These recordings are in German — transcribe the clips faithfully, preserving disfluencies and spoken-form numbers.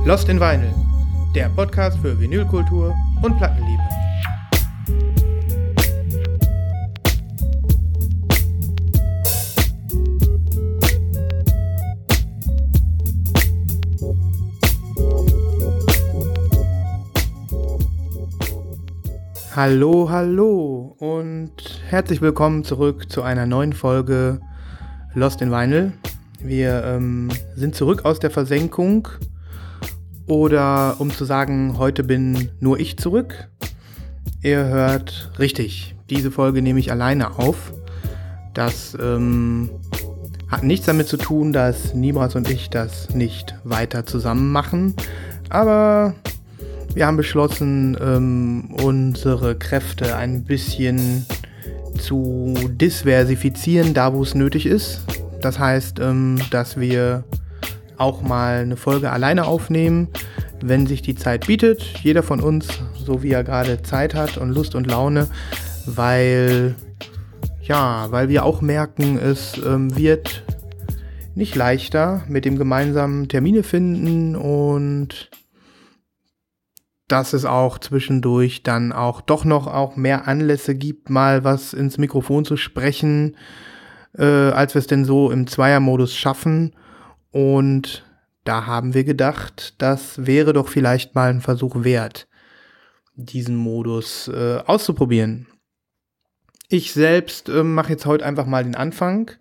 Lost in Vinyl, der Podcast für Vinylkultur und Plattenliebe. Hallo, hallo und herzlich willkommen zurück zu einer neuen Folge Lost in Vinyl. Wir ähm, sind zurück aus der Versenkung, oder um zu sagen, heute bin nur ich zurück. Ihr hört richtig, diese Folge nehme ich alleine auf. Das ähm, hat nichts damit zu tun, dass Nibras und ich das nicht weiter zusammen machen, aber wir haben beschlossen, ähm, unsere Kräfte ein bisschen zu diversifizieren, da wo es nötig ist. Das heißt, ähm, dass wir auch mal eine Folge alleine aufnehmen, wenn sich die Zeit bietet. Jeder von uns, so wie er gerade Zeit hat und Lust und Laune, weil, ja, weil wir auch merken, es ähm, wird nicht leichter mit dem gemeinsamen Termine finden und dass es auch zwischendurch dann auch doch noch auch mehr Anlässe gibt, mal was ins Mikrofon zu sprechen, äh, als wir es denn so im Zweiermodus schaffen. Und da haben wir gedacht, das wäre doch vielleicht mal ein Versuch wert, diesen Modus äh, auszuprobieren. Ich selbst äh, mache jetzt heute einfach mal den Anfang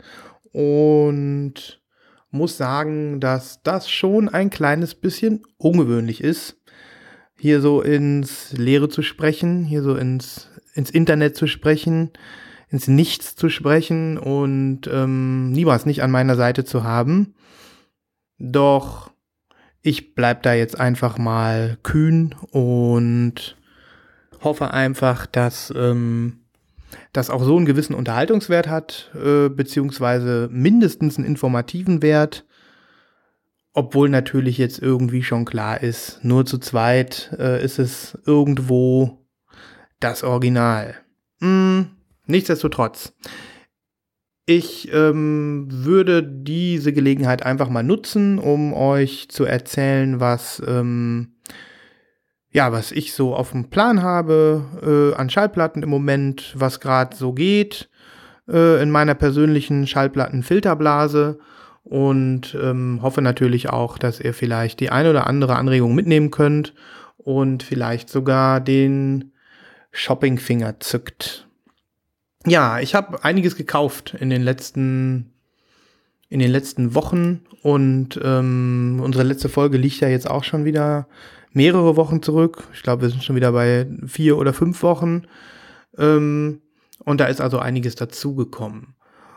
und muss sagen, dass das schon ein kleines bisschen ungewöhnlich ist, hier so ins Leere zu sprechen, hier so ins, ins Internet zu sprechen, ins Nichts zu sprechen und ähm, Nibras nicht an meiner Seite zu haben. Doch ich bleib da jetzt einfach mal kühn und hoffe einfach, dass ähm, das auch so einen gewissen Unterhaltungswert hat, äh, beziehungsweise mindestens einen informativen Wert. Obwohl natürlich jetzt irgendwie schon klar ist, nur zu zweit äh, ist es irgendwo das Original. Hm, nichtsdestotrotz. Ich ähm, würde diese Gelegenheit einfach mal nutzen, um euch zu erzählen, was, ähm, ja, was ich so auf dem Plan habe äh, an Schallplatten im Moment, was gerade so geht äh, in meiner persönlichen Schallplattenfilterblase. Und ähm, hoffe natürlich auch, dass ihr vielleicht die eine oder andere Anregung mitnehmen könnt und vielleicht sogar den Shoppingfinger zückt. Ja, ich habe einiges gekauft in den letzten in den letzten Wochen und ähm, unsere letzte Folge liegt ja jetzt auch schon wieder mehrere Wochen zurück. Ich glaube, wir sind schon wieder bei vier oder fünf Wochen ähm, und da ist also einiges dazugekommen.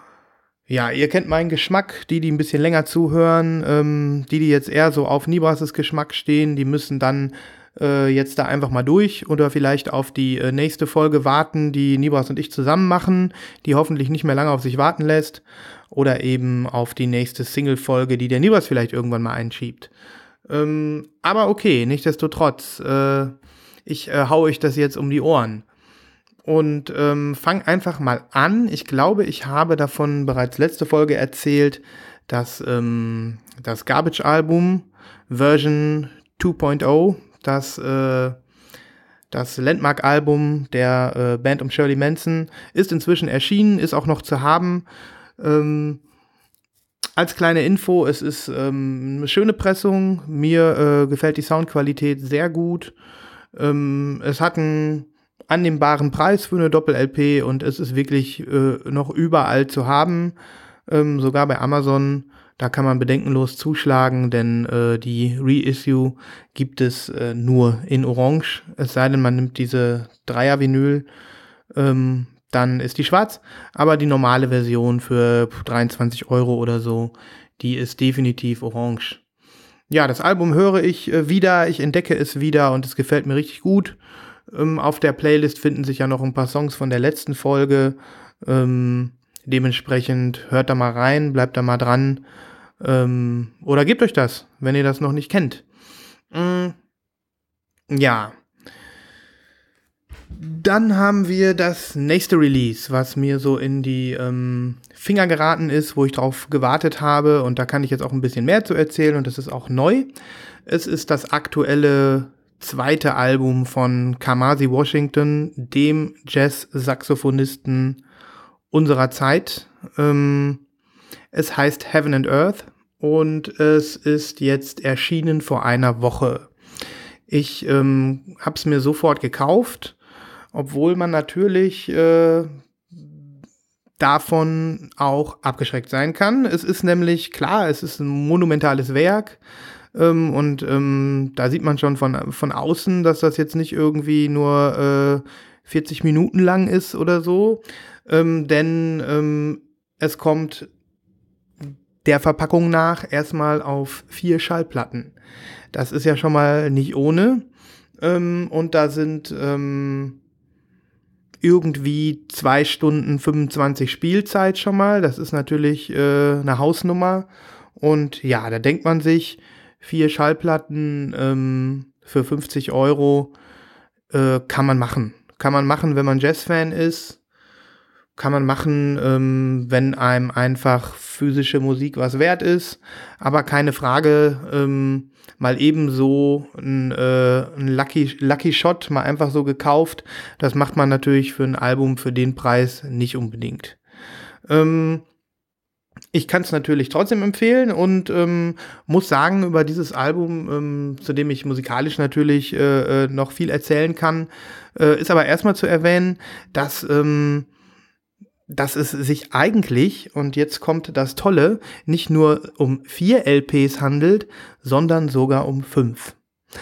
Ja, ihr kennt meinen Geschmack, die, die ein bisschen länger zuhören, ähm, die, die jetzt eher so auf Nibras' Geschmack stehen, die müssen dann äh, jetzt da einfach mal durch oder vielleicht auf die äh, nächste Folge warten, die Nibras und ich zusammen machen, die hoffentlich nicht mehr lange auf sich warten lässt, oder eben auf die nächste Single-Folge, die der Nibras vielleicht irgendwann mal einschiebt. Ähm, aber okay, nichtsdestotrotz, äh, ich äh, hau euch das jetzt um die Ohren. Und ähm, fang einfach mal an. Ich glaube, ich habe davon bereits letzte Folge erzählt, dass ähm, das Garbage-Album Version zwei Punkt null, das, äh, das Landmark-Album der äh, Band um Shirley Manson, ist inzwischen erschienen, ist auch noch zu haben. Ähm, als kleine Info, es ist ähm, eine schöne Pressung. Mir äh, gefällt die Soundqualität sehr gut. Ähm, es hat einen annehmbaren Preis für eine Doppel-L P und es ist wirklich äh, noch überall zu haben, ähm, sogar bei Amazon. Da kann man bedenkenlos zuschlagen, denn äh, die Reissue gibt es äh, nur in Orange. Es sei denn, man nimmt diese Dreier-Vinyl, ähm, dann ist die schwarz. Aber die normale Version für dreiundzwanzig Euro oder so, die ist definitiv orange. Ja, das Album höre ich äh, wieder, ich entdecke es wieder und es gefällt mir richtig gut. Ähm, auf der Playlist finden sich ja noch ein paar Songs von der letzten Folge. Ähm, dementsprechend hört da mal rein, bleibt da mal dran. Ähm, oder gebt euch das, wenn ihr das noch nicht kennt. Mm, ja. Dann haben wir das nächste Release, was mir so in die ähm, Finger geraten ist, wo ich drauf gewartet habe. Und da kann ich jetzt auch ein bisschen mehr zu erzählen und das ist auch neu. Es ist das aktuelle zweite Album von Kamasi Washington, dem Jazz-Saxophonisten unserer Zeit. Ähm, es heißt Heaven and Earth und es ist jetzt erschienen vor einer Woche. Ich ähm, habe es mir sofort gekauft, obwohl man natürlich äh, davon auch abgeschreckt sein kann. Es ist nämlich, klar, es ist ein monumentales Werk ähm, und ähm, da sieht man schon von, von außen, dass das jetzt nicht irgendwie nur äh, vierzig Minuten lang ist oder so, ähm, denn ähm, es kommt der Verpackung nach erstmal auf vier Schallplatten. Das ist ja schon mal nicht ohne ähm, und da sind ähm, irgendwie zwei Stunden fünfundzwanzig Spielzeit schon mal. Das ist natürlich äh, eine Hausnummer. Und ja, da denkt man sich, vier Schallplatten ähm, für fünfzig Euro äh, kann man machen. Kann man machen, wenn man Jazzfan ist. Kann man machen, ähm, wenn einem einfach physische Musik was wert ist. Aber keine Frage, ähm, mal ebenso ein, äh, ein Lucky, Lucky Shot, mal einfach so gekauft. Das macht man natürlich für ein Album für den Preis nicht unbedingt. Ähm, ich kann es natürlich trotzdem empfehlen und ähm, muss sagen, über dieses Album, ähm, zu dem ich musikalisch natürlich äh, noch viel erzählen kann, äh, ist aber erstmal zu erwähnen, dass ähm, dass es sich eigentlich, und jetzt kommt das Tolle, nicht nur um vier L Ps handelt, sondern sogar um fünf.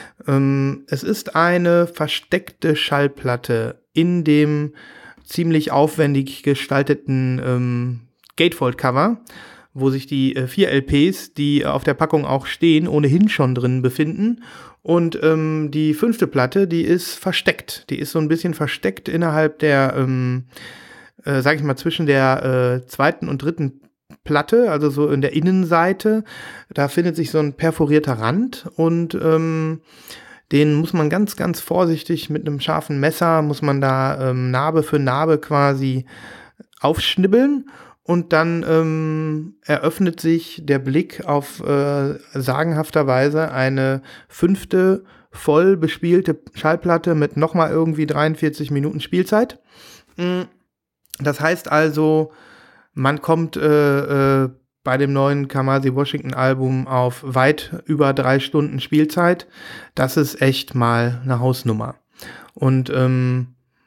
Ähm, es ist eine versteckte Schallplatte in dem ziemlich aufwendig gestalteten ähm, Gatefold-Cover, wo sich die äh, vier L Ps, die auf der Packung auch stehen, ohnehin schon drin befinden. Und ähm, die fünfte Platte, die ist versteckt. Die ist so ein bisschen versteckt innerhalb der ähm, Äh, sag ich mal, zwischen der äh, zweiten und dritten Platte, also so in der Innenseite, da findet sich so ein perforierter Rand und ähm, den muss man ganz, ganz vorsichtig mit einem scharfen Messer, muss man da ähm, Narbe für Narbe quasi aufschnibbeln und dann ähm, eröffnet sich der Blick auf äh, sagenhafterweise eine fünfte voll bespielte Schallplatte mit nochmal irgendwie dreiundvierzig Minuten Spielzeit. Mhm. Das heißt also, man kommt äh, äh, bei dem neuen Kamasi Washington Album auf weit über drei Stunden Spielzeit. Das ist echt mal eine Hausnummer. Und ähm,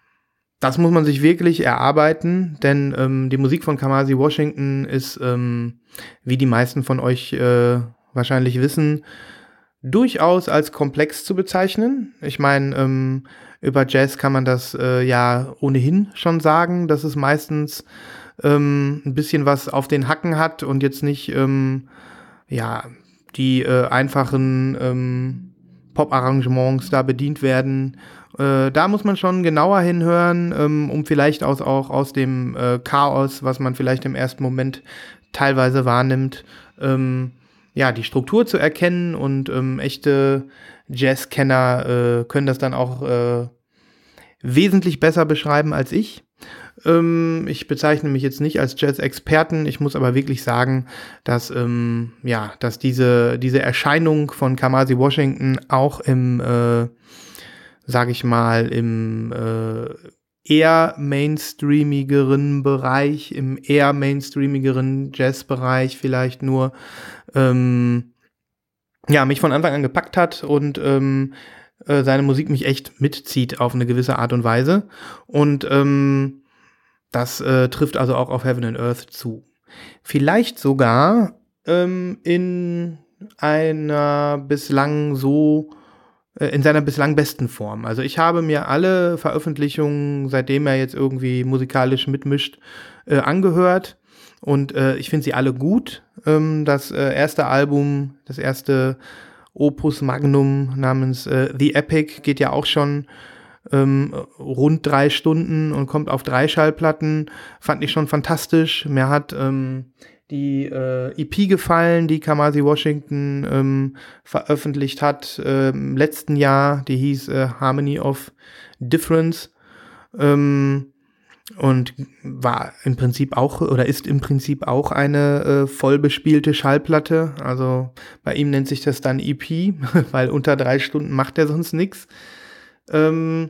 das muss man sich wirklich erarbeiten, denn ähm, die Musik von Kamasi Washington ist, ähm, wie die meisten von euch äh, wahrscheinlich wissen, durchaus als komplex zu bezeichnen. Ich meine, ähm, über Jazz kann man das äh, ja ohnehin schon sagen, dass es meistens ähm, ein bisschen was auf den Hacken hat und jetzt nicht ähm, ja die äh, einfachen ähm, Pop-Arrangements da bedient werden. Äh, da muss man schon genauer hinhören, ähm, um vielleicht aus, auch aus dem äh, Chaos, was man vielleicht im ersten Moment teilweise wahrnimmt, ähm, ja, die Struktur zu erkennen und ähm, echte Jazzkenner äh, können das dann auch äh, wesentlich besser beschreiben als ich. Ähm, ich bezeichne mich jetzt nicht als Jazz-Experten, ich muss aber wirklich sagen, dass, ähm, ja, dass diese, diese Erscheinung von Kamasi Washington auch im, äh, sag ich mal, im äh, eher mainstreamigeren Bereich, im eher mainstreamigeren Jazzbereich vielleicht nur, ähm, ja, mich von Anfang an gepackt hat und ähm, äh, seine Musik mich echt mitzieht auf eine gewisse Art und Weise. Und ähm, das äh, trifft also auch auf Heaven and Earth zu. Vielleicht sogar ähm, in einer bislang so in seiner bislang besten Form. Also ich habe mir alle Veröffentlichungen, seitdem er jetzt irgendwie musikalisch mitmischt, äh, angehört und äh, ich finde sie alle gut. Ähm, das äh, erste Album, das erste Opus Magnum namens äh, The Epic geht ja auch schon ähm, rund drei Stunden und kommt auf drei Schallplatten. Fand ich schon fantastisch. Mir hat ähm, die äh, E P gefallen, die Kamasi Washington ähm, veröffentlicht hat äh, im letzten Jahr. Die hieß äh, Harmony of Difference. Ähm, und war im Prinzip auch oder ist im Prinzip auch eine äh, voll bespielte Schallplatte. Also bei ihm nennt sich das dann E P, weil unter drei Stunden macht er sonst nichts. Ähm,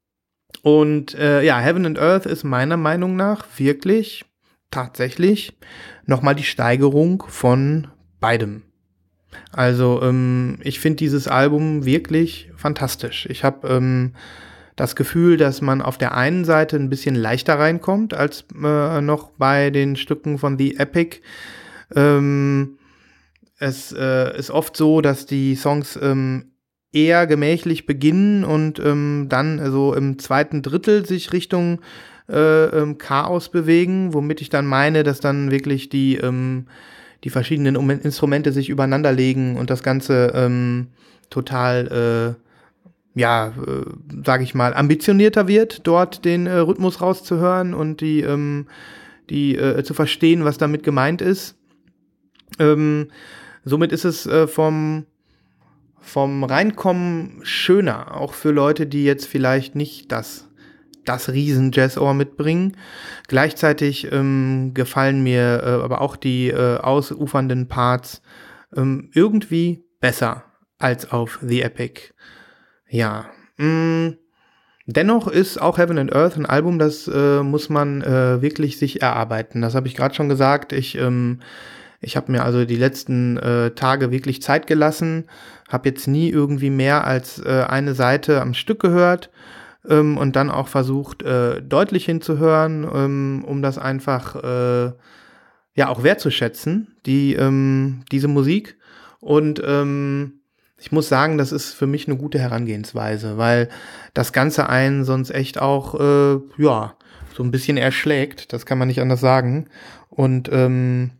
und äh, ja, Heaven and Earth ist meiner Meinung nach wirklich tatsächlich nochmal die Steigerung von beidem. Also ähm, ich finde dieses Album wirklich fantastisch. Ich habe ähm, das Gefühl, dass man auf der einen Seite ein bisschen leichter reinkommt als äh, noch bei den Stücken von The Epic. Ähm, es äh, ist oft so, dass die Songs ähm, eher gemächlich beginnen und ähm, dann so im zweiten Drittel sich Richtung äh, ähm, Chaos bewegen, womit ich dann meine, dass dann wirklich die, ähm, die verschiedenen um Instrumente sich übereinander legen und das Ganze ähm, total äh, ja, äh, sage ich mal, ambitionierter wird, dort den äh, Rhythmus rauszuhören und die, ähm, die äh, zu verstehen, was damit gemeint ist. Ähm, somit ist es äh, vom, vom Reinkommen schöner, auch für Leute, die jetzt vielleicht nicht das, das riesen Jazzohr mitbringen. Gleichzeitig ähm, gefallen mir äh, aber auch die äh, ausufernden Parts ähm, irgendwie besser als auf The Epic. Ja, mh, dennoch ist auch Heaven and Earth ein Album, das äh, muss man äh, wirklich sich erarbeiten. Das habe ich gerade schon gesagt. Ich, ähm, ich habe mir also die letzten äh, Tage wirklich Zeit gelassen, habe jetzt nie irgendwie mehr als äh, eine Seite am Stück gehört ähm, und dann auch versucht, äh, deutlich hinzuhören, ähm, um das einfach äh, ja auch wertzuschätzen, die, ähm, diese Musik. Und ähm, ich muss sagen, das ist für mich eine gute Herangehensweise, weil das Ganze einen sonst echt auch, äh, ja, so ein bisschen erschlägt. Das kann man nicht anders sagen. Und ähm,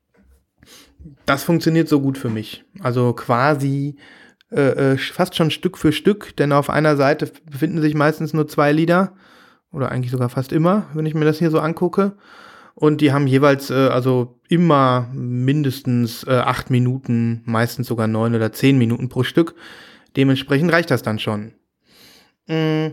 das funktioniert so gut für mich. Also quasi äh, äh, fast schon Stück für Stück, denn auf einer Seite befinden sich meistens nur zwei Lieder. Oder eigentlich sogar fast immer, wenn ich mir das hier so angucke. Und die haben jeweils äh, also immer mindestens äh, acht Minuten, meistens sogar neun oder zehn Minuten pro Stück. Dementsprechend reicht das dann schon. Mhm.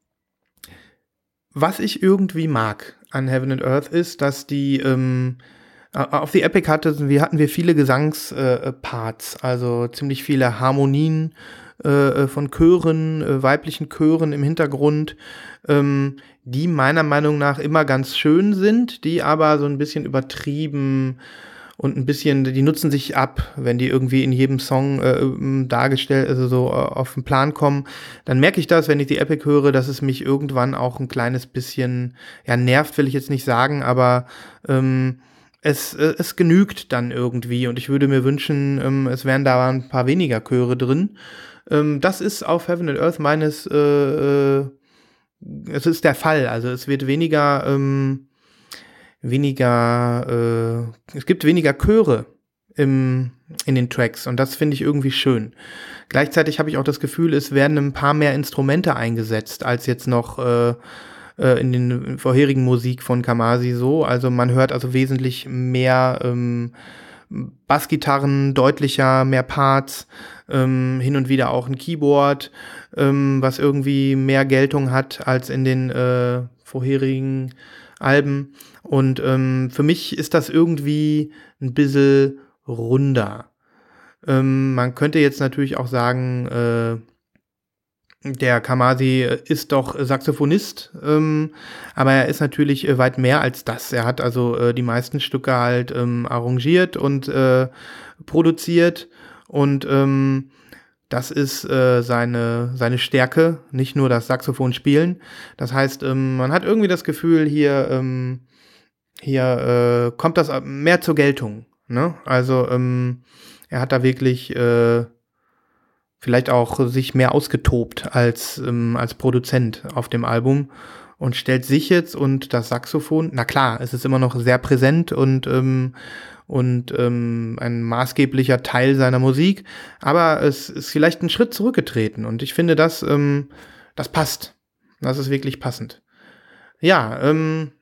Was ich irgendwie mag an Heaven and Earth ist, dass die ähm, auf The Epic hatte, wir, hatten wir viele Gesangsparts, äh, also ziemlich viele Harmonien äh, von Chören, äh, weiblichen Chören im Hintergrund, ähm, die meiner Meinung nach immer ganz schön sind, die aber so ein bisschen übertrieben und ein bisschen, die nutzen sich ab, wenn die irgendwie in jedem Song äh, dargestellt, also so äh, auf den Plan kommen. Dann merke ich das, wenn ich die Epic höre, dass es mich irgendwann auch ein kleines bisschen, ja, nervt, will ich jetzt nicht sagen, aber ähm, es, äh, es genügt dann irgendwie und ich würde mir wünschen, ähm, es wären da ein paar weniger Chöre drin. Ähm, das ist auf Heaven and Earth meines, äh, äh, es ist der Fall, also es wird weniger, ähm, weniger, äh, es gibt weniger Chöre im, in den Tracks und das finde ich irgendwie schön. Gleichzeitig habe ich auch das Gefühl, es werden ein paar mehr Instrumente eingesetzt, als jetzt noch äh, äh, in den vorherigen Musik von Kamasi so. Also man hört also wesentlich mehr ähm, Bassgitarren, deutlicher, mehr Parts, ähm, hin und wieder auch ein Keyboard, ähm, was irgendwie mehr Geltung hat als in den äh, vorherigen Alben. Und ähm, für mich ist das irgendwie ein bisschen runder. Ähm, man könnte jetzt natürlich auch sagen, äh, der Kamasi ist doch Saxophonist, ähm, aber er ist natürlich äh, weit mehr als das. Er hat also äh, die meisten Stücke halt ähm, arrangiert und äh, produziert und ähm, das ist äh, seine, seine Stärke, nicht nur das Saxophon spielen. Das heißt, ähm, man hat irgendwie das Gefühl, hier, ähm, hier äh, kommt das mehr zur Geltung. Ne? Also ähm, er hat da wirklich äh, vielleicht auch sich mehr ausgetobt als, ähm, als Produzent auf dem Album und stellt sich jetzt und das Saxophon, na klar, es ist immer noch sehr präsent und ähm, und ähm, ein maßgeblicher Teil seiner Musik, aber es ist vielleicht einen Schritt zurückgetreten und ich finde, das, ähm, das passt. Das ist wirklich passend. Ja, ähm,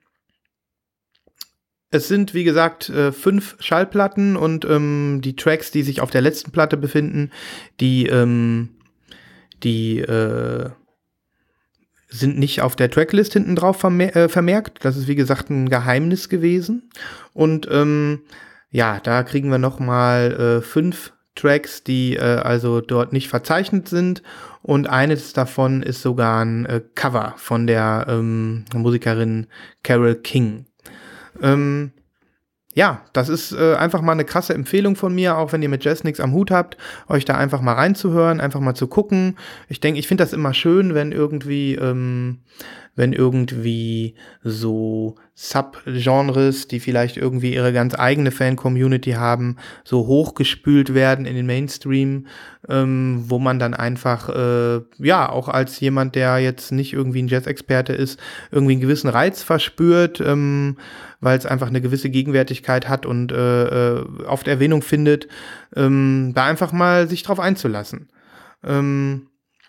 es sind, wie gesagt, äh, fünf Schallplatten und ähm, die Tracks, die sich auf der letzten Platte befinden, die, ähm, die äh, sind nicht auf der Tracklist hinten drauf vermer äh, vermerkt. Das ist, wie gesagt, ein Geheimnis gewesen. Und ähm, ja, da kriegen wir noch mal äh, fünf Tracks, die äh, also dort nicht verzeichnet sind. Und eines davon ist sogar ein äh, Cover von der ähm, Musikerin Carole King. Ähm, Ja, das ist äh, einfach mal eine krasse Empfehlung von mir, auch wenn ihr mit Jazz nichts am Hut habt, euch da einfach mal reinzuhören, einfach mal zu gucken. Ich denke, ich finde das immer schön, wenn irgendwie, ähm, wenn irgendwie so Subgenres, die vielleicht irgendwie ihre ganz eigene Fan-Community haben, so hochgespült werden in den Mainstream, ähm, wo man dann einfach, äh, ja, auch als jemand, der jetzt nicht irgendwie ein Jazz-Experte ist, irgendwie einen gewissen Reiz verspürt, ähm, weil es einfach eine gewisse Gegenwärtigkeit hat und äh, äh, oft Erwähnung findet, ähm, da einfach mal sich drauf einzulassen. Ähm,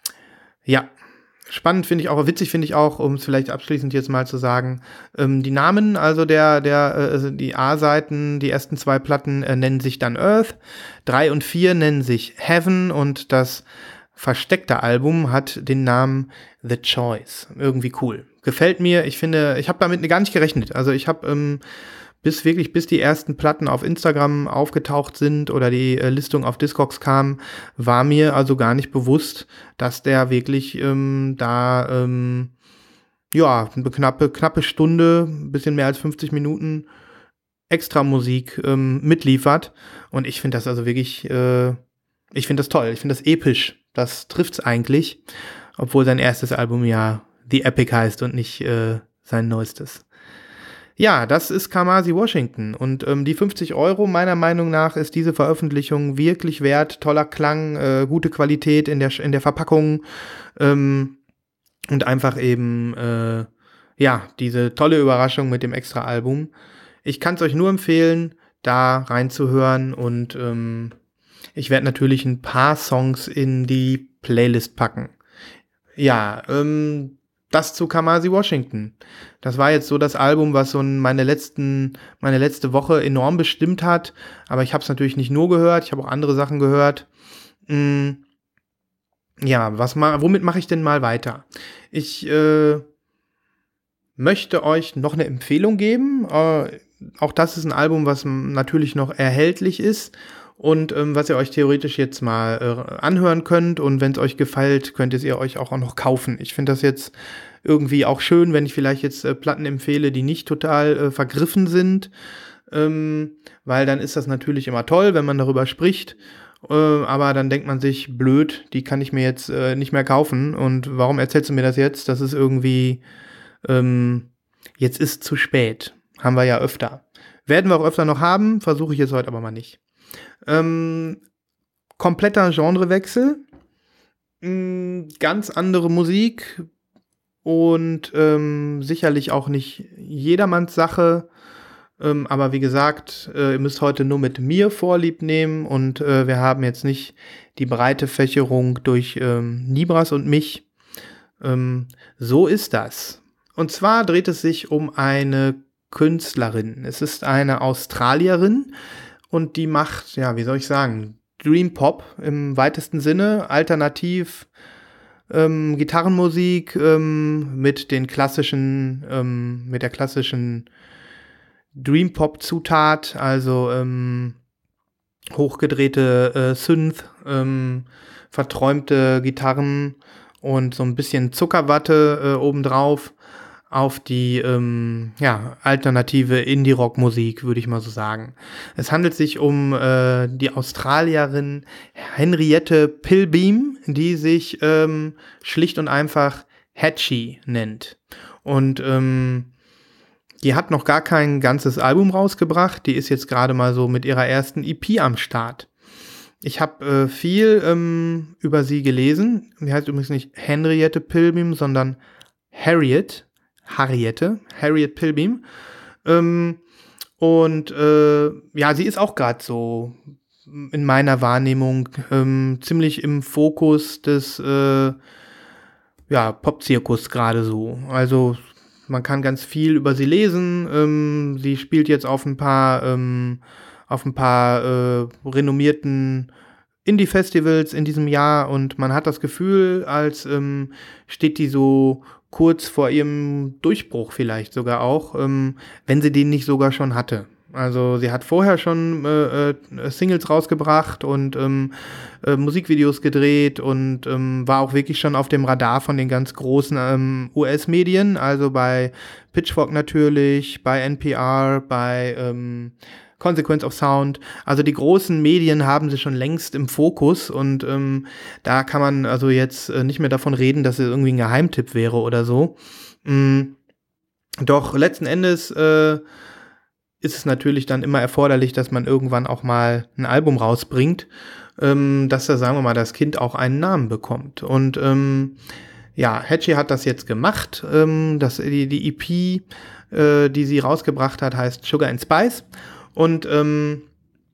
ja, spannend finde ich auch, witzig finde ich auch, um es vielleicht abschließend jetzt mal zu sagen, ähm, die Namen, also der, der, äh, also die A-Seiten, die ersten zwei Platten äh, nennen sich dann Earth, drei und vier nennen sich Heaven und das versteckte Album hat den Namen The Choice. Irgendwie cool. Gefällt mir. Ich finde, ich habe damit gar nicht gerechnet. Also ich habe ähm, bis wirklich, bis die ersten Platten auf Instagram aufgetaucht sind oder die äh, Listung auf Discogs kam, war mir also gar nicht bewusst, dass der wirklich ähm, da ähm, ja, eine knappe, knappe Stunde, ein bisschen mehr als fünfzig Minuten extra Musik ähm, mitliefert. Und ich finde das also wirklich, äh, ich finde das toll. Ich finde das episch. Das trifft's eigentlich. Obwohl sein erstes Album ja The Epic heißt und nicht äh, sein neuestes. Ja, das ist Kamasi Washington. Und ähm, die fünfzig Euro, meiner Meinung nach, ist diese Veröffentlichung wirklich wert. Toller Klang, äh, gute Qualität in der, in der Verpackung. Ähm, und einfach eben, äh, ja, diese tolle Überraschung mit dem Extra-Album. Ich kann es euch nur empfehlen, da reinzuhören. Und ähm, ich werde natürlich ein paar Songs in die Playlist packen. Ja, ähm, das zu Kamasi Washington. Das war jetzt so das Album, was so meine letzten, meine letzte Woche enorm bestimmt hat. Aber ich habe es natürlich nicht nur gehört, ich habe auch andere Sachen gehört. Mm, ja, was ma womit mache ich denn mal weiter? Ich äh, möchte euch noch eine Empfehlung geben. Äh, auch das ist ein Album, was natürlich noch erhältlich ist. Und ähm, was ihr euch theoretisch jetzt mal äh, anhören könnt. Und wenn es euch gefällt, könnt ihr es ihr euch auch, auch noch kaufen. Ich finde das jetzt irgendwie auch schön, wenn ich vielleicht jetzt äh, Platten empfehle, die nicht total äh, vergriffen sind. Ähm, weil dann ist das natürlich immer toll, wenn man darüber spricht. Äh, aber dann denkt man sich, blöd, die kann ich mir jetzt äh, nicht mehr kaufen. Und warum erzählst du mir das jetzt? Das ist irgendwie, ähm, jetzt ist zu spät. Haben wir ja öfter. Werden wir auch öfter noch haben, versuche ich jetzt heute aber mal nicht. Ähm, kompletter Genrewechsel, mh, ganz andere Musik und ähm, sicherlich auch nicht jedermanns Sache, ähm, aber wie gesagt, äh, ihr müsst heute nur mit mir Vorlieb nehmen und äh, wir haben jetzt nicht die breite Fächerung durch ähm, Nibras und mich. Ähm, so ist das. Und zwar dreht es sich um eine Künstlerin. Es ist eine Australierin, und die macht, ja, wie soll ich sagen, Dream Pop im weitesten Sinne, alternativ, ähm, Gitarrenmusik ähm, mit den klassischen, ähm, mit der klassischen Dream Pop Zutat, also ähm, hochgedrehte äh, Synth, ähm, verträumte Gitarren und so ein bisschen Zuckerwatte äh, obendrauf auf die ähm, ja, alternative Indie-Rock-Musik, würde ich mal so sagen. Es handelt sich um äh, die Australierin Henriette Pilbeam, die sich ähm, schlicht und einfach Hatchie nennt. Und ähm, die hat noch gar kein ganzes Album rausgebracht. Die ist jetzt gerade mal so mit ihrer ersten E P am Start. Ich habe äh, viel ähm, über sie gelesen. Die heißt übrigens nicht Henriette Pilbeam, sondern Harriet. Harriette, Harriet Pilbeam. Ähm, und äh, ja, sie ist auch gerade so in meiner Wahrnehmung ähm, ziemlich im Fokus des äh, ja, Pop-Zirkus gerade so. Also man kann ganz viel über sie lesen. Ähm, sie spielt jetzt auf ein paar, ähm, auf ein paar äh, renommierten Indie-Festivals in diesem Jahr und man hat das Gefühl, als ähm, steht die so kurz vor ihrem Durchbruch vielleicht sogar auch, ähm, wenn sie den nicht sogar schon hatte. Also sie hat vorher schon äh, äh, Singles rausgebracht und ähm, äh, Musikvideos gedreht und ähm, war auch wirklich schon auf dem Radar von den ganz großen ähm, U S-Medien, also bei Pitchfork natürlich, bei N P R, bei ähm, Consequence of Sound. Also die großen Medien haben sie schon längst im Fokus und ähm, da kann man also jetzt äh, nicht mehr davon reden, dass es irgendwie ein Geheimtipp wäre oder so. Mm, doch letzten Endes äh, ist es natürlich dann immer erforderlich, dass man irgendwann auch mal ein Album rausbringt, ähm, dass da, sagen wir mal, das Kind auch einen Namen bekommt. Und ähm, ja, Hatchie hat das jetzt gemacht. Ähm, das, die, die E P, äh, die sie rausgebracht hat, heißt Sugar and Spice. Und ähm,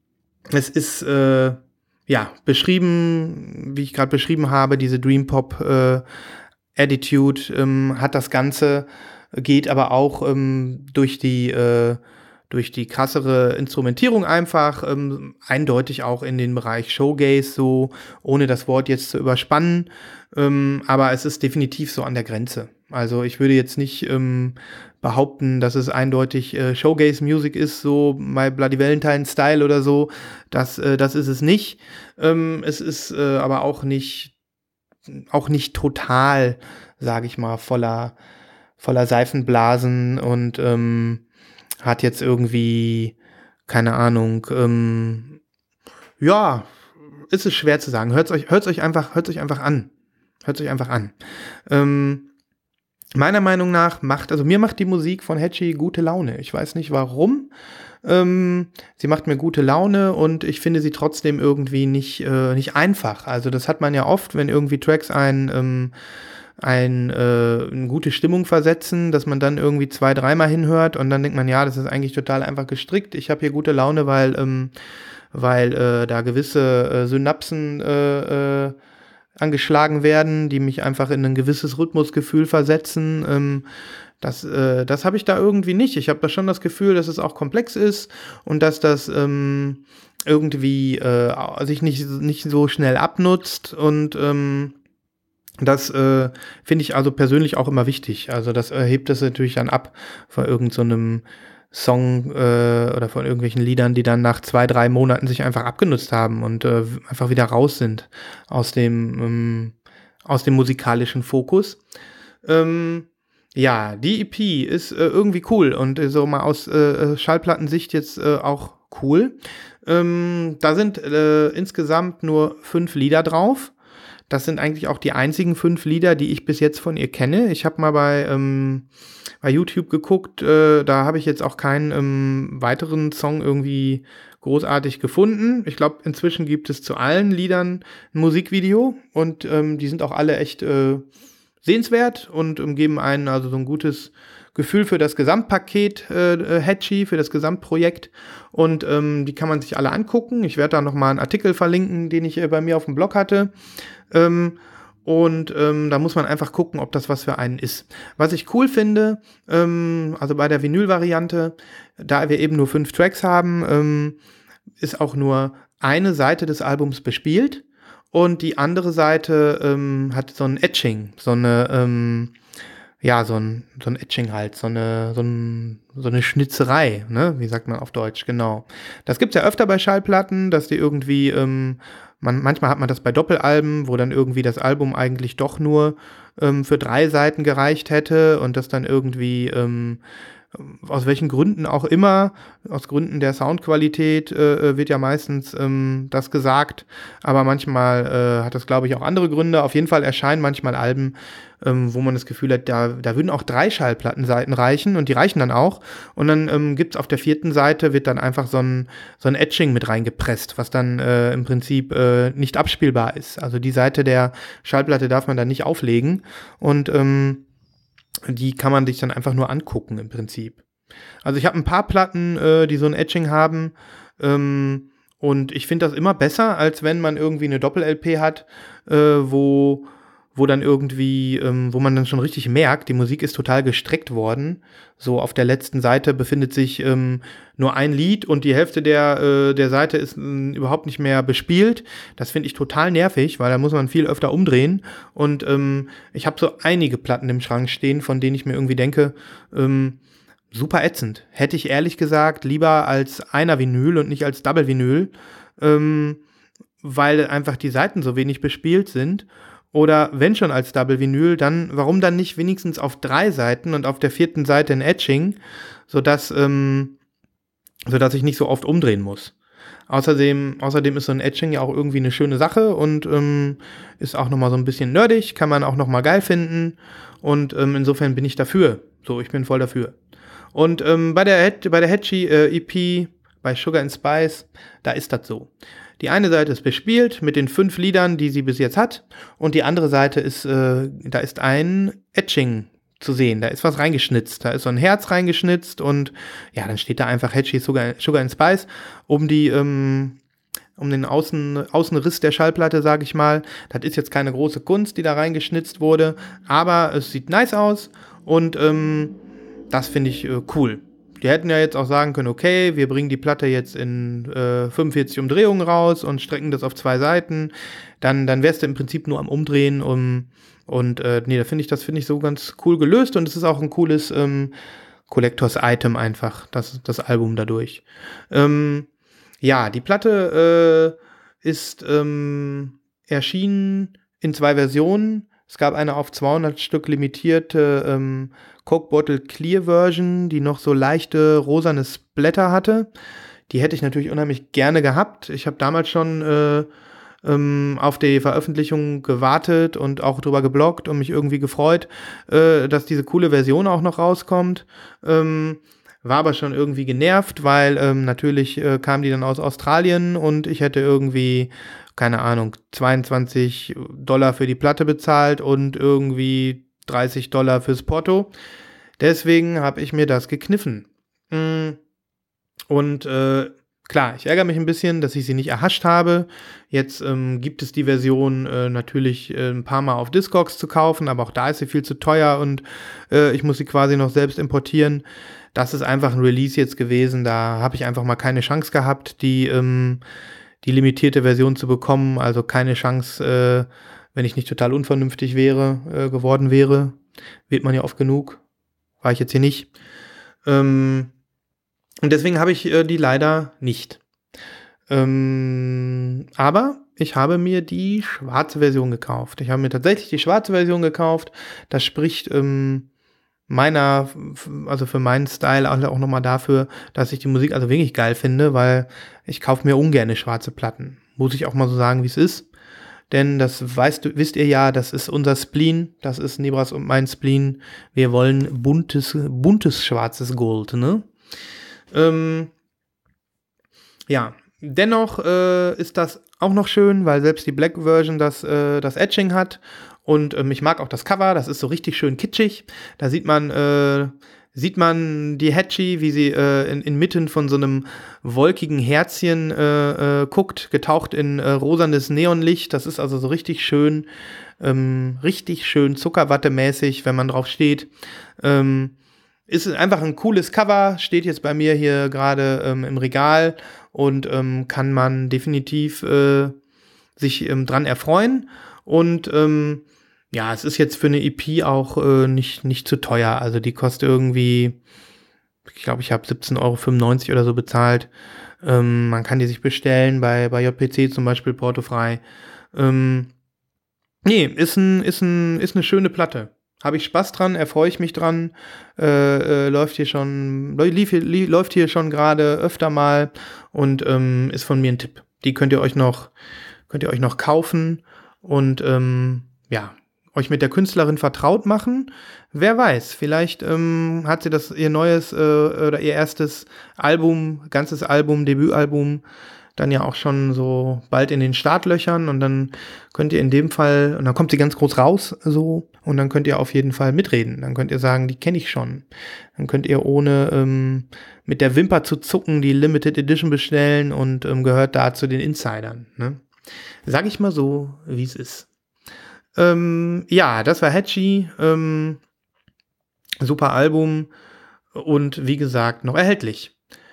es ist äh, ja beschrieben, wie ich gerade beschrieben habe, diese Dream Pop äh, Attitude ähm, hat das Ganze, geht aber auch ähm, durch die äh, durch die krassere Instrumentierung einfach ähm, eindeutig auch in den Bereich Showgaze, so ohne das Wort jetzt zu überspannen, ähm, aber es ist definitiv so an der Grenze. Also ich würde jetzt nicht ähm, behaupten, dass es eindeutig äh, Showgaze-Music ist, so My Bloody Valentine-Style oder so. Das, äh, das ist es nicht. Ähm, es ist äh, aber auch nicht, auch nicht total, sage ich mal, voller, voller Seifenblasen und ähm, hat jetzt irgendwie, keine Ahnung, ähm, ja, ist es schwer zu sagen. Hört's euch, hört's euch einfach, hört's euch einfach an. Hört's euch einfach an. Ähm, meiner Meinung nach macht, also mir macht die Musik von Hatchie gute Laune. Ich weiß nicht warum. Ähm, sie macht mir gute Laune und ich finde sie trotzdem irgendwie nicht, äh, nicht einfach. Also das hat man ja oft, wenn irgendwie Tracks ein, ähm, ein, äh, eine gute Stimmung versetzen, dass man dann irgendwie zwei, dreimal hinhört und dann denkt man, ja, das ist eigentlich total einfach gestrickt. Ich habe hier gute Laune, weil, ähm, weil äh, da gewisse äh, Synapsen äh, äh, angeschlagen werden, die mich einfach in ein gewisses Rhythmusgefühl versetzen. Ähm, das äh, das habe ich da irgendwie nicht. Ich habe da schon das Gefühl, dass es auch komplex ist und dass das ähm, irgendwie äh, sich nicht, nicht so schnell abnutzt und ähm, das äh, finde ich also persönlich auch immer wichtig. Also das äh, hebt das natürlich dann ab von irgendeinem so Song äh, oder von irgendwelchen Liedern, die dann nach zwei, drei Monaten sich einfach abgenutzt haben und äh, einfach wieder raus sind aus dem, ähm, aus dem musikalischen Fokus. Ähm, ja, die E P ist äh, irgendwie cool und äh, so mal aus äh, Schallplattensicht jetzt äh, auch cool. Ähm, da sind äh, insgesamt nur fünf Lieder drauf. Das sind eigentlich auch die einzigen fünf Lieder, die ich bis jetzt von ihr kenne. Ich habe mal bei, ähm, bei YouTube geguckt, äh, da habe ich jetzt auch keinen ähm, weiteren Song irgendwie großartig gefunden. Ich glaube, inzwischen gibt es zu allen Liedern ein Musikvideo und ähm, die sind auch alle echt äh, sehenswert und ähm, geben einen also so ein gutes Gefühl für das Gesamtpaket äh, Hatchie, für das Gesamtprojekt und ähm, die kann man sich alle angucken. Ich werde da nochmal einen Artikel verlinken, den ich äh, bei mir auf dem Blog hatte. Ähm, und ähm, da muss man einfach gucken, ob das was für einen ist. Was ich cool finde, ähm, also bei der Vinyl-Variante, da wir eben nur fünf Tracks haben, ähm, ist auch nur eine Seite des Albums bespielt und die andere Seite ähm, hat so ein Etching, so eine ähm, ja, so ein, so ein Etching halt, so eine, so, ein, so eine Schnitzerei, ne? Wie sagt man auf Deutsch, genau. Das gibt's ja öfter bei Schallplatten, dass die irgendwie, ähm, man, manchmal hat man das bei Doppelalben, wo dann irgendwie das Album eigentlich doch nur ähm, für drei Seiten gereicht hätte und das dann irgendwie, ähm, aus welchen Gründen auch immer, aus Gründen der Soundqualität äh, wird ja meistens ähm, das gesagt, aber manchmal äh, hat das, glaube ich, auch andere Gründe. Auf jeden Fall erscheinen manchmal Alben, ähm, wo man das Gefühl hat, da, da würden auch drei Schallplattenseiten reichen und die reichen dann auch. Und dann ähm, gibt es auf der vierten Seite, wird dann einfach so ein, so ein Etching mit reingepresst, was dann äh, im Prinzip äh, nicht abspielbar ist. Also die Seite der Schallplatte darf man dann nicht auflegen und ähm, die kann man sich dann einfach nur angucken im Prinzip. Also ich habe ein paar Platten, äh, die so ein Etching haben ähm, und ich finde das immer besser, als wenn man irgendwie eine Doppel-L P hat, äh, wo, wo dann irgendwie, ähm, wo man dann schon richtig merkt, die Musik ist total gestreckt worden. So auf der letzten Seite befindet sich ähm, nur ein Lied und die Hälfte der, äh, der Seite ist äh, überhaupt nicht mehr bespielt. Das finde ich total nervig, weil da muss man viel öfter umdrehen. Und ähm, ich habe so einige Platten im Schrank stehen, von denen ich mir irgendwie denke, ähm, super ätzend. Hätte ich ehrlich gesagt lieber als einer Vinyl und nicht als Double Vinyl, ähm, weil einfach die Seiten so wenig bespielt sind. Oder wenn schon als Double Vinyl, dann warum dann nicht wenigstens auf drei Seiten und auf der vierten Seite ein Etching, sodass, ähm, sodass ich nicht so oft umdrehen muss. Außerdem, außerdem ist so ein Etching ja auch irgendwie eine schöne Sache und ähm, ist auch nochmal so ein bisschen nerdig, kann man auch nochmal geil finden und ähm, insofern bin ich dafür. So, ich bin voll dafür. Und ähm, bei der, bei der Hatchy äh, E P, bei Sugar and Spice, da ist das so. Die eine Seite ist bespielt mit den fünf Liedern, die sie bis jetzt hat. Und die andere Seite ist, äh, da ist ein Etching zu sehen. Da ist was reingeschnitzt. Da ist so ein Herz reingeschnitzt und ja, dann steht da einfach Hatchy Sugar, Sugar and Spice um die, ähm, um den Außen, Außenriss der Schallplatte, sage ich mal. Das ist jetzt keine große Kunst, die da reingeschnitzt wurde, aber es sieht nice aus und ähm, das finde ich äh, cool. Die hätten ja jetzt auch sagen können, okay, wir bringen die Platte jetzt in äh, fünfundvierzig Umdrehungen raus und strecken das auf zwei Seiten. Dann, dann wärst du im Prinzip nur am Umdrehen. Um, und äh, nee, da finde ich, das finde ich so ganz cool gelöst. Und es ist auch ein cooles ähm, Collectors-Item einfach, das, das Album dadurch. Ähm, ja, die Platte äh, ist ähm, erschienen in zwei Versionen. Es gab eine auf zweihundert Stück limitierte ähm, Coke Bottle Clear Version, die noch so leichte rosane Splatter hatte. Die hätte ich natürlich unheimlich gerne gehabt. Ich habe damals schon äh, ähm, auf die Veröffentlichung gewartet und auch drüber gebloggt und mich irgendwie gefreut, äh, dass diese coole Version auch noch rauskommt. Ähm, war aber schon irgendwie genervt, weil ähm, natürlich äh, kam die dann aus Australien und ich hätte irgendwie, keine Ahnung, zweiundzwanzig Dollar für die Platte bezahlt und irgendwie dreißig Dollar fürs Porto. Deswegen habe ich mir das gekniffen. Und äh, klar, ich ärgere mich ein bisschen, dass ich sie nicht erhascht habe. Jetzt ähm, gibt es die Version äh, natürlich äh, ein paar Mal auf Discogs zu kaufen, aber auch da ist sie viel zu teuer und äh, ich muss sie quasi noch selbst importieren. Das ist einfach ein Release jetzt gewesen, da habe ich einfach mal keine Chance gehabt, die, ähm, die limitierte Version zu bekommen. Also keine Chance, äh, wenn ich nicht total unvernünftig wäre, äh, geworden wäre. Wird man ja oft genug. War ich jetzt hier nicht. Ähm, und deswegen habe ich äh, die leider nicht. Ähm, aber ich habe mir die schwarze Version gekauft. Ich habe mir tatsächlich die schwarze Version gekauft. Das spricht ähm, meiner, also für meinen Style auch nochmal dafür, dass ich die Musik also wirklich geil finde, weil ich kaufe mir ungern schwarze Platten. Muss ich auch mal so sagen, wie es ist. Denn das weißt, wisst ihr ja, das ist unser Spleen, das ist Nebras und mein Spleen. Wir wollen buntes, buntes schwarzes Gold, ne? Ähm, ja, dennoch äh, ist das auch noch schön, weil selbst die Black Version das, äh, das Etching hat. Und ähm, ich mag auch das Cover, das ist so richtig schön kitschig. Da sieht man, äh, sieht man die Hatchy, wie sie äh, in, inmitten von so einem wolkigen Herzchen äh, äh, guckt, getaucht in äh, rosanes Neonlicht. Das ist also so richtig schön, ähm, richtig schön Zuckerwatte-mäßig, wenn man drauf steht. Ähm, ist einfach ein cooles Cover, steht jetzt bei mir hier gerade ähm, im Regal und ähm, kann man definitiv äh, sich ähm, dran erfreuen. Und ähm, ja, es ist jetzt für eine E P auch äh, nicht, nicht zu teuer. Also die kostet irgendwie, ich glaube, ich habe siebzehn Euro fünfundneunzig oder so bezahlt. Ähm, man kann die sich bestellen bei, bei J P C zum Beispiel, portofrei. Ähm, nee, ist, ein, ist, ein, ist eine schöne Platte. Habe ich Spaß dran, erfreue ich mich dran. Äh, äh, läuft hier schon, lief, lief, läuft hier schon gerade öfter mal und ähm, ist von mir ein Tipp. Die könnt ihr euch noch, könnt ihr euch noch kaufen und ähm, ja, euch mit der Künstlerin vertraut machen. Wer weiß, vielleicht ähm, hat sie das ihr neues äh, oder ihr erstes Album, ganzes Album, Debütalbum dann ja auch schon so bald in den Startlöchern und dann könnt ihr in dem Fall, und dann kommt sie ganz groß raus so und dann könnt ihr auf jeden Fall mitreden. Dann könnt ihr sagen, die kenne ich schon. Dann könnt ihr ohne ähm, mit der Wimper zu zucken die Limited Edition bestellen und ähm, gehört da zu den Insidern. Ne? Sag ich mal so, wie es ist. Ähm, ja, das war Hatchy. Ähm, super Album und wie gesagt, noch erhältlich.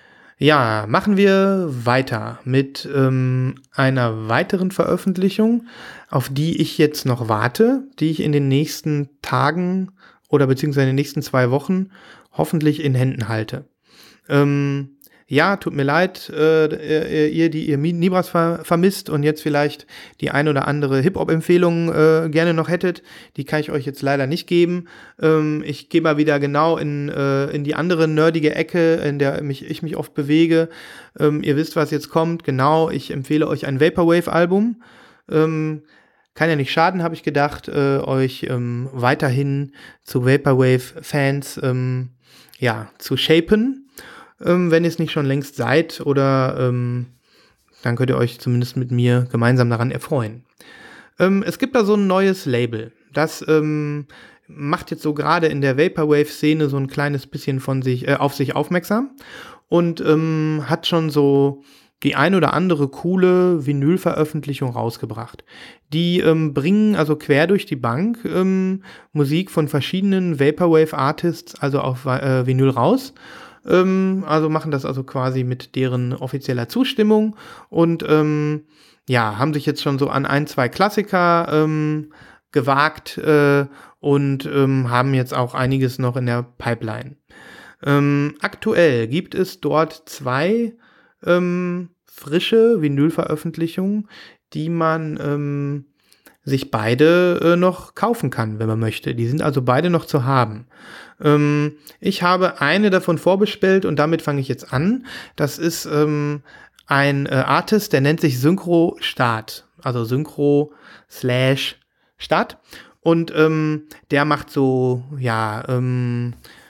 Ja, machen wir weiter mit ähm, einer weiteren Veröffentlichung, auf die ich jetzt noch warte, die ich in den nächsten Tagen oder beziehungsweise in den nächsten zwei Wochen hoffentlich in Händen halte. Ähm, ja, tut mir leid, äh, ihr, die ihr Nibras ver vermisst und jetzt vielleicht die ein oder andere Hip-Hop-Empfehlung äh, gerne noch hättet. Die kann ich euch jetzt leider nicht geben. Ähm, ich gehe mal wieder genau in, äh, in die andere nerdige Ecke, in der mich, ich mich oft bewege. Ähm, ihr wisst, was jetzt kommt. Genau, ich empfehle euch ein Vaporwave-Album. Ähm, kann ja nicht schaden, habe ich gedacht, äh, euch ähm, weiterhin zu Vaporwave-Fans ähm, ja, zu shapen. Ähm, wenn ihr es nicht schon längst seid, oder ähm, dann könnt ihr euch zumindest mit mir gemeinsam daran erfreuen. Ähm, es gibt da so ein neues Label, das ähm, macht jetzt so gerade in der Vaporwave-Szene so ein kleines bisschen von sich, äh, auf sich aufmerksam und ähm, hat schon so die ein oder andere coole Vinyl-Veröffentlichung rausgebracht. Die ähm, bringen also quer durch die Bank ähm, Musik von verschiedenen Vaporwave-Artists, also auf äh, Vinyl raus. Ähm, also machen das also quasi mit deren offizieller Zustimmung und ähm, ja, haben sich jetzt schon so an ein, zwei Klassiker ähm, gewagt äh, und ähm, haben jetzt auch einiges noch in der Pipeline. Ähm, aktuell gibt es dort zwei ähm, frische Vinyl-Veröffentlichungen, die man ähm, sich beide äh, noch kaufen kann, wenn man möchte. Die sind also beide noch zu haben. Ähm, ich habe eine davon vorbestellt und damit fange ich jetzt an. Das ist ähm, ein äh, Artist, der nennt sich Synchro Start, also Synchro slash Start. Und ähm, der macht so, ja, ähm,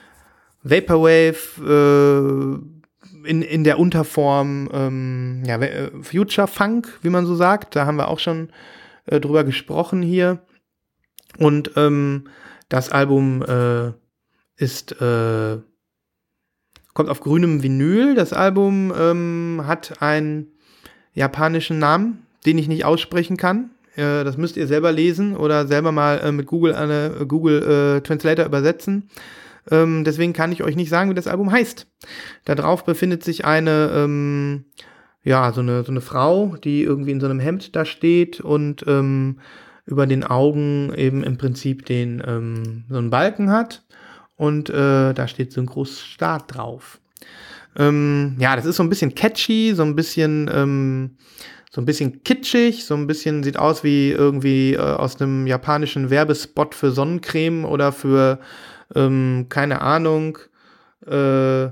Vaporwave äh, in, in der Unterform, ähm, ja, Future Funk, wie man so sagt. Da haben wir auch schon äh, drüber gesprochen hier. Und ähm, das Album äh, ist äh, kommt auf grünem Vinyl. Das Album ähm, hat einen japanischen Namen, den ich nicht aussprechen kann. Äh, das müsst ihr selber lesen oder selber mal äh, mit Google eine äh, Google äh, Translator übersetzen. Ähm, deswegen kann ich euch nicht sagen, wie das Album heißt. Da drauf befindet sich eine, ähm, ja, so eine, so eine Frau, die irgendwie in so einem Hemd da steht und ähm, über den Augen eben im Prinzip den, ähm, so einen Balken hat. Und äh, da steht Synchro Start drauf. Ähm, ja, das ist so ein bisschen catchy, so ein bisschen, ähm, so ein bisschen kitschig, so ein bisschen sieht aus wie irgendwie äh, aus einem japanischen Werbespot für Sonnencreme oder für Ähm, keine Ahnung. Äh,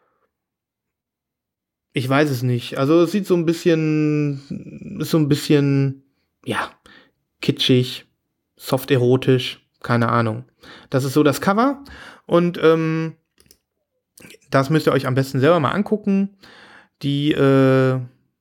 ich weiß es nicht. Also es sieht so ein bisschen, ist so ein bisschen, ja, kitschig, soft erotisch, keine Ahnung. Das ist so das Cover und ähm, das müsst ihr euch am besten selber mal angucken. Die äh,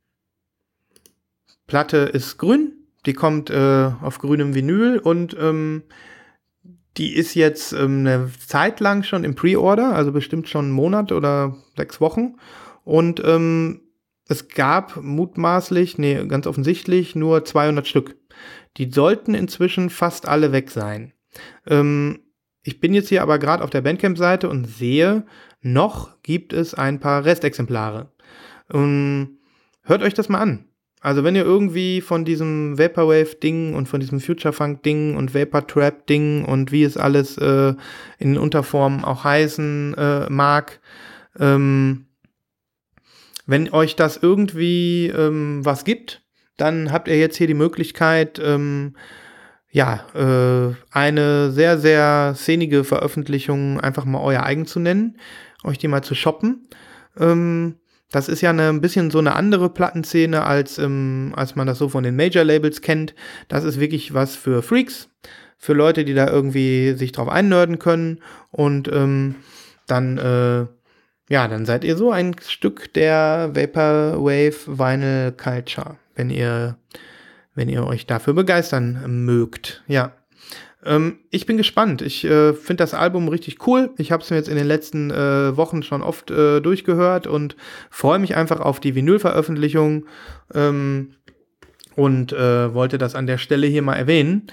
Platte ist grün, die kommt äh, auf grünem Vinyl und ähm, die ist jetzt ähm, eine Zeit lang schon im Pre-Order, also bestimmt schon einen Monat oder sechs Wochen. Und ähm, es gab mutmaßlich, nee, ganz offensichtlich nur zweihundert Stück. Die sollten inzwischen fast alle weg sein. Ähm, ich bin jetzt hier aber gerade auf der Bandcamp-Seite und sehe, noch gibt es ein paar Restexemplare. Ähm, hört euch das mal an. Also wenn ihr irgendwie von diesem Vaporwave-Ding und von diesem Future-Funk-Ding und Vapor-Trap-Ding und wie es alles äh, in den Unterformen auch heißen äh, mag, ähm, wenn euch das irgendwie ähm, was gibt, dann habt ihr jetzt hier die Möglichkeit, ähm, ja, äh, eine sehr, sehr szenige Veröffentlichung einfach mal euer eigen zu nennen, euch die mal zu shoppen. Ähm, Das ist ja eine, ein bisschen so eine andere Plattenszene, als, ähm, als man das so von den Major-Labels kennt. Das ist wirklich was für Freaks, für Leute, die da irgendwie sich drauf einnörden können. Und ähm, dann, äh, ja, dann seid ihr so ein Stück der Vaporwave Vinyl Culture, wenn ihr, wenn ihr euch dafür begeistern mögt. Ja. Ähm, ich bin gespannt. Ich äh, finde das Album richtig cool. Ich habe es mir jetzt in den letzten äh, Wochen schon oft äh, durchgehört und freue mich einfach auf die Vinyl-Veröffentlichung ähm, und äh, wollte das an der Stelle hier mal erwähnen.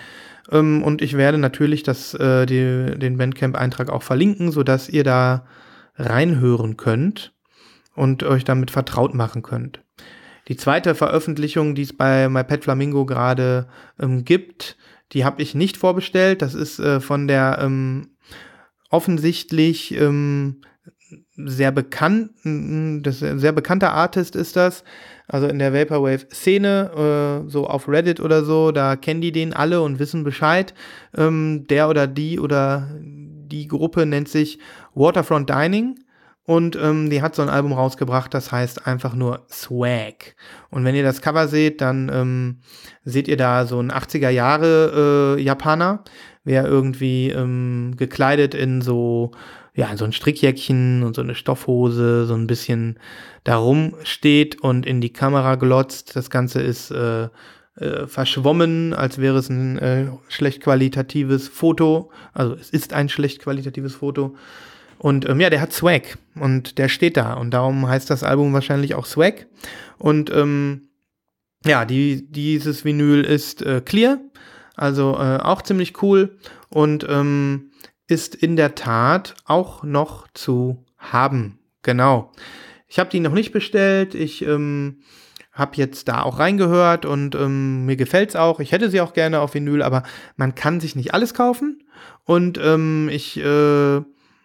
Ähm, und ich werde natürlich das, äh, die, den Bandcamp-Eintrag auch verlinken, sodass ihr da reinhören könnt und euch damit vertraut machen könnt. Die zweite Veröffentlichung, die es bei MyPetFlamingo gerade ähm, gibt, die habe ich nicht vorbestellt. Das ist äh, von der ähm, offensichtlich ähm, sehr bekannten, das ist ein sehr bekannter Artist ist das. Also in der Vaporwave-Szene, äh, so auf Reddit oder so, da kennen die den alle und wissen Bescheid. Ähm, der oder die oder die Gruppe nennt sich Waterfront Dining. Und ähm, die hat so ein Album rausgebracht, das heißt einfach nur Swag. Und wenn ihr das Cover seht, dann ähm, seht ihr da so einen achtziger Jahre äh, Japaner, wer irgendwie ähm, gekleidet in so, ja, so ein Strickjäckchen und so eine Stoffhose, so ein bisschen da rumsteht und in die Kamera glotzt. Das Ganze ist äh, äh, verschwommen, als wäre es ein äh, schlecht qualitatives Foto. Also es ist ein schlecht qualitatives Foto. Und ähm, ja, der hat Swag und der steht da und darum heißt das Album wahrscheinlich auch Swag. Und ähm, ja, die, dieses Vinyl ist äh, clear, also äh, auch ziemlich cool und ähm, ist in der Tat auch noch zu haben. Genau. Ich habe die noch nicht bestellt, ich ähm, habe jetzt da auch reingehört und ähm, mir gefällt's auch. Ich hätte sie auch gerne auf Vinyl, aber man kann sich nicht alles kaufen und ähm, ich äh,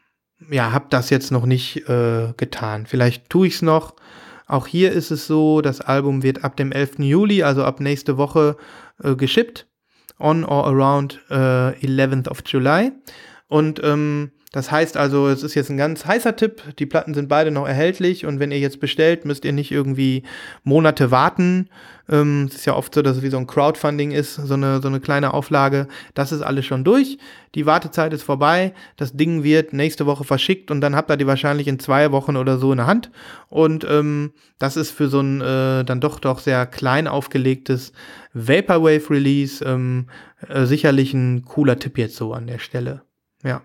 ja, habe das jetzt noch nicht äh, getan. Vielleicht tue ich es noch. Auch hier ist es so, das Album wird ab dem elften Juli, also ab nächste Woche, äh, geschippt. On or around äh, eleventh of July. Und ähm, das heißt also, es ist jetzt ein ganz heißer Tipp. Die Platten sind beide noch erhältlich und wenn ihr jetzt bestellt, müsst ihr nicht irgendwie Monate warten. Ähm, es ist ja oft so, dass es wie so ein Crowdfunding ist, so eine, so eine kleine Auflage. Das ist alles schon durch. Die Wartezeit ist vorbei. Das Ding wird nächste Woche verschickt und dann habt ihr die wahrscheinlich in zwei Wochen oder so in der Hand. Und ähm, das ist für so ein äh, dann doch doch sehr klein aufgelegtes Vaporwave-Release ähm, äh, sicherlich ein cooler Tipp jetzt so an der Stelle. Ja.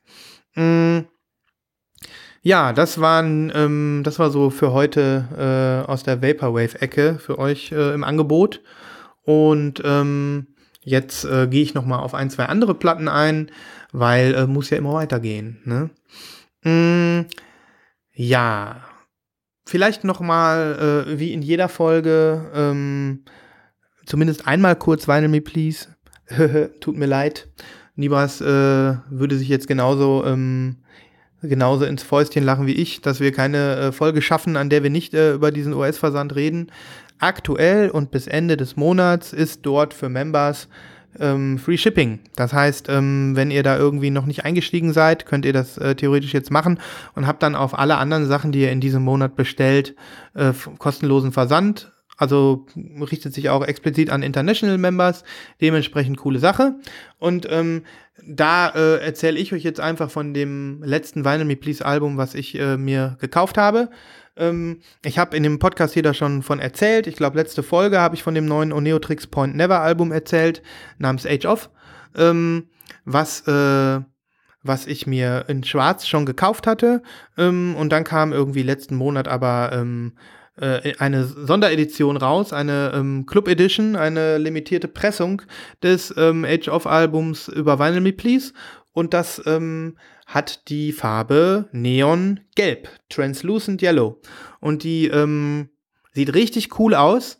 Ja, das waren, ähm, das war so für heute äh, aus der Vaporwave-Ecke für euch äh, im Angebot. Und ähm, jetzt äh, gehe ich noch mal auf ein, zwei andere Platten ein, weil äh, muss ja immer weitergehen. Ne? Mm, ja, vielleicht noch mal äh, wie in jeder Folge ähm, zumindest einmal kurz Vinyl Me Please. Tut mir leid. Nibas äh, würde sich jetzt genauso ähm, genauso ins Fäustchen lachen wie ich, dass wir keine äh, Folge schaffen, an der wir nicht äh, über diesen U S-Versand reden. Aktuell und bis Ende des Monats ist dort für Members ähm, Free Shipping. Das heißt, ähm, wenn ihr da irgendwie noch nicht eingestiegen seid, könnt ihr das äh, theoretisch jetzt machen und habt dann auf alle anderen Sachen, die ihr in diesem Monat bestellt, äh, kostenlosen Versand. Also richtet sich auch explizit an International Members, dementsprechend coole Sache. Und ähm, da äh, erzähle ich euch jetzt einfach von dem letzten Vinyl Me Please Album, was ich äh, mir gekauft habe. Ähm, ich habe in dem Podcast hier da schon von erzählt. Ich glaube, letzte Folge habe ich von dem neuen Oneotrix Point Never Album erzählt, namens Age of, ähm, was äh, was ich mir in Schwarz schon gekauft hatte. Ähm, und dann kam irgendwie letzten Monat aber ähm, eine Sonderedition raus, eine ähm, Club Edition, eine limitierte Pressung des ähm, Age-of-Albums über Vinyl Me Please und das ähm, hat die Farbe Neon Gelb, Translucent Yellow und die ähm, sieht richtig cool aus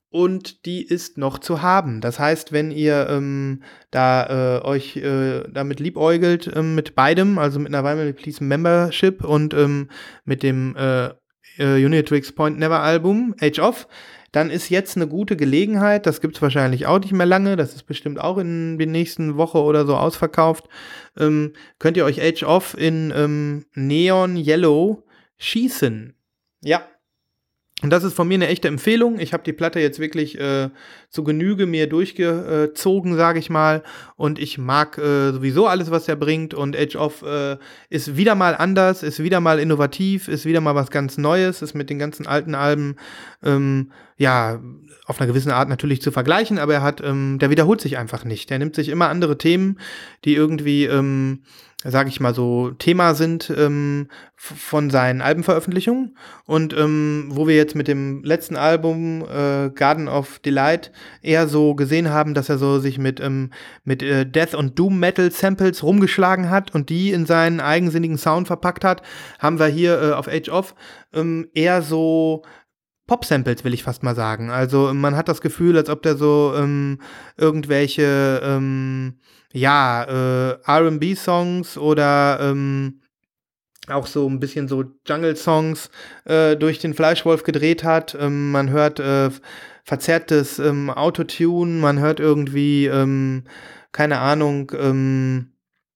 und die ist noch zu haben. Das heißt, wenn ihr ähm, da äh, euch äh, damit liebäugelt, ähm, mit beidem, also mit einer Vinyl Me Please Membership und ähm, mit dem äh, Oneotrix Point Never Album, Age of, dann ist jetzt eine gute Gelegenheit, das gibt's wahrscheinlich auch nicht mehr lange, das ist bestimmt auch in der nächsten Woche oder so ausverkauft, ähm, könnt ihr euch Age of in ähm, Neon Yellow schießen. Ja. Und das ist von mir eine echte Empfehlung. Ich habe die Platte jetzt wirklich äh, zu Genüge mir durchgezogen, sage ich mal. Und ich mag äh, sowieso alles, was er bringt. Und Age of äh, ist wieder mal anders, ist wieder mal innovativ, ist wieder mal was ganz Neues, ist mit den ganzen alten Alben ähm, ja auf einer gewissen Art natürlich zu vergleichen, aber er hat, ähm, der wiederholt sich einfach nicht. Der nimmt sich immer andere Themen, die irgendwie ähm, sage ich mal so, Thema sind ähm, f- von seinen Albenveröffentlichungen. Und ähm, wo wir jetzt mit dem letzten Album äh, Garden of Delight eher so gesehen haben, dass er so sich mit, ähm, mit äh, Death- und Doom-Metal-Samples rumgeschlagen hat und die in seinen eigensinnigen Sound verpackt hat, haben wir hier äh, auf Age of ähm, eher so Pop-Samples, will ich fast mal sagen. Also man hat das Gefühl, als ob der so ähm, irgendwelche ähm, ja, äh, R und B-Songs oder ähm, auch so ein bisschen so Jungle-Songs äh, durch den Fleischwolf gedreht hat. Ähm, man hört äh, verzerrtes ähm, Autotune, man hört irgendwie, ähm, keine Ahnung, ähm,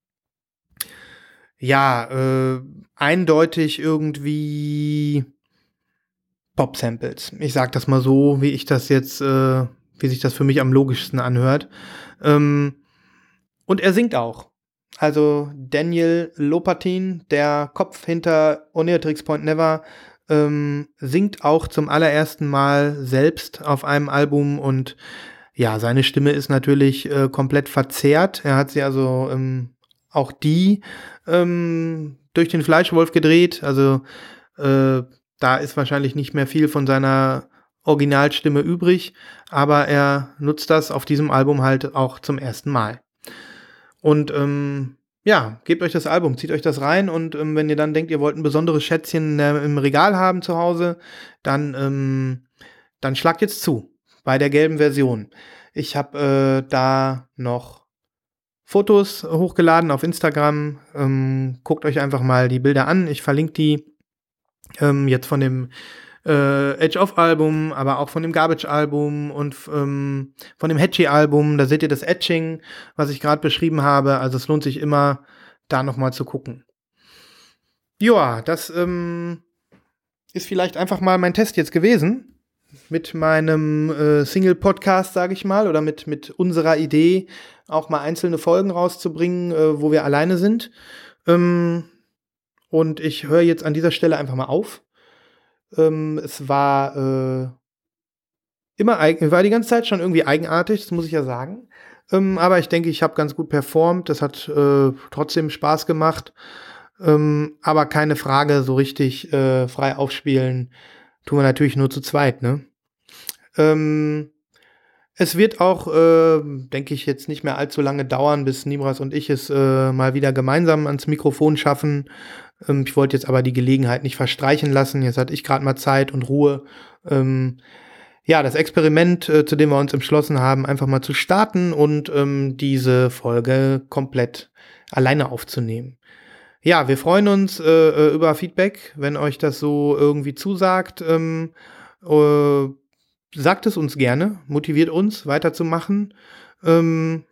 ja, äh, eindeutig irgendwie Pop-Samples. Ich sag das mal so, wie ich das jetzt, äh, wie sich das für mich am logischsten anhört. Ähm, und er singt auch. Also Daniel Lopatin, der Kopf hinter Oneatrix Point Never, ähm, singt auch zum allerersten Mal selbst auf einem Album und ja, seine Stimme ist natürlich äh, komplett verzerrt. Er hat sie also ähm, auch die ähm, durch den Fleischwolf gedreht. Also äh, da ist wahrscheinlich nicht mehr viel von seiner Originalstimme übrig, aber er nutzt das auf diesem Album halt auch zum ersten Mal. Und ähm, ja, gebt euch das Album, zieht euch das rein und ähm, wenn ihr dann denkt, ihr wollt ein besonderes Schätzchen äh, im Regal haben zu Hause, dann, ähm, dann schlagt jetzt zu bei der gelben Version. Ich habe äh, da noch Fotos hochgeladen auf Instagram. Ähm, guckt euch einfach mal die Bilder an. Ich verlinke die ähm, jetzt von dem äh, Edge-Off-Album, aber auch von dem Garbage-Album und ähm, von dem Hatchy-Album. Da seht ihr das Etching, was ich gerade beschrieben habe. Also es lohnt sich immer, da nochmal zu gucken. Ja, das ähm, ist vielleicht einfach mal mein Test jetzt gewesen. Mit meinem äh, Single-Podcast, sage ich mal, oder mit, mit unserer Idee, auch mal einzelne Folgen rauszubringen, äh, wo wir alleine sind. Ähm, und ich höre jetzt an dieser Stelle einfach mal auf. Ähm, es war äh, immer eigen, war die ganze Zeit schon irgendwie eigenartig, das muss ich ja sagen. Ähm, aber ich denke, ich habe ganz gut performt. Das hat äh, trotzdem Spaß gemacht. Ähm, aber keine Frage, so richtig äh, frei aufspielen tun wir natürlich nur zu zweit, ne? Ähm, es wird auch, äh, denke ich, jetzt nicht mehr allzu lange dauern, bis Nimras und ich es äh, mal wieder gemeinsam ans Mikrofon schaffen. Ähm, ich wollte jetzt aber die Gelegenheit nicht verstreichen lassen. Jetzt hatte ich gerade mal Zeit und Ruhe. Ähm, ja, das Experiment, äh, zu dem wir uns entschlossen haben, einfach mal zu starten und ähm, diese Folge komplett alleine aufzunehmen. Ja, wir freuen uns äh, äh, über Feedback, wenn euch das so irgendwie zusagt. Ähm, äh, sagt es uns gerne, motiviert uns weiterzumachen. Ähm,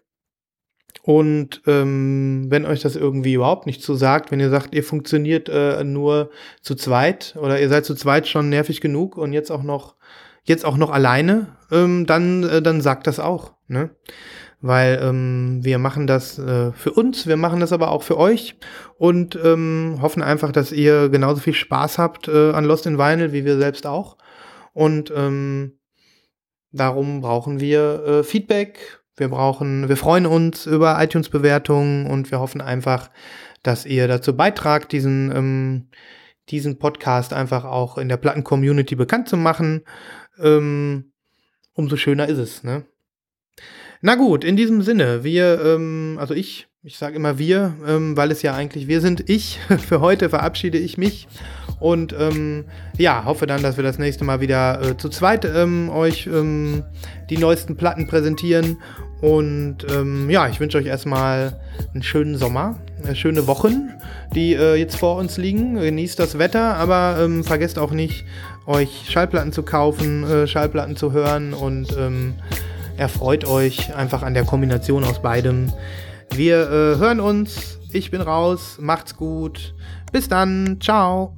und ähm, wenn euch das irgendwie überhaupt nicht zusagt, wenn ihr sagt, ihr funktioniert äh, nur zu zweit oder ihr seid zu zweit schon nervig genug und jetzt auch noch jetzt auch noch alleine, ähm, dann äh, dann sagt das auch, ne? Weil ähm, wir machen das äh, für uns, wir machen das aber auch für euch und ähm, hoffen einfach, dass ihr genauso viel Spaß habt äh, an Lost in Vinyl wie wir selbst auch. Und ähm, darum brauchen wir äh, Feedback. Wir brauchen, wir freuen uns über iTunes-Bewertungen und wir hoffen einfach, dass ihr dazu beitragt, diesen, ähm, diesen Podcast einfach auch in der Platten-Community bekannt zu machen. Ähm, umso schöner ist es, ne? Na gut, in diesem Sinne, wir, ähm, also ich, ich sage immer wir, ähm, weil es ja eigentlich wir sind. Ich, für heute verabschiede ich mich und ähm, ja, hoffe dann, dass wir das nächste Mal wieder äh, zu zweit ähm, euch ähm, die neuesten Platten präsentieren. Und ähm, ja, ich wünsche euch erstmal einen schönen Sommer, äh, schöne Wochen, die äh, jetzt vor uns liegen. Genießt das Wetter, aber ähm, vergesst auch nicht, euch Schallplatten zu kaufen, äh, Schallplatten zu hören und ähm, erfreut euch einfach an der Kombination aus beidem. Wir äh, hören uns. Ich bin raus. Macht's gut. Bis dann. Ciao.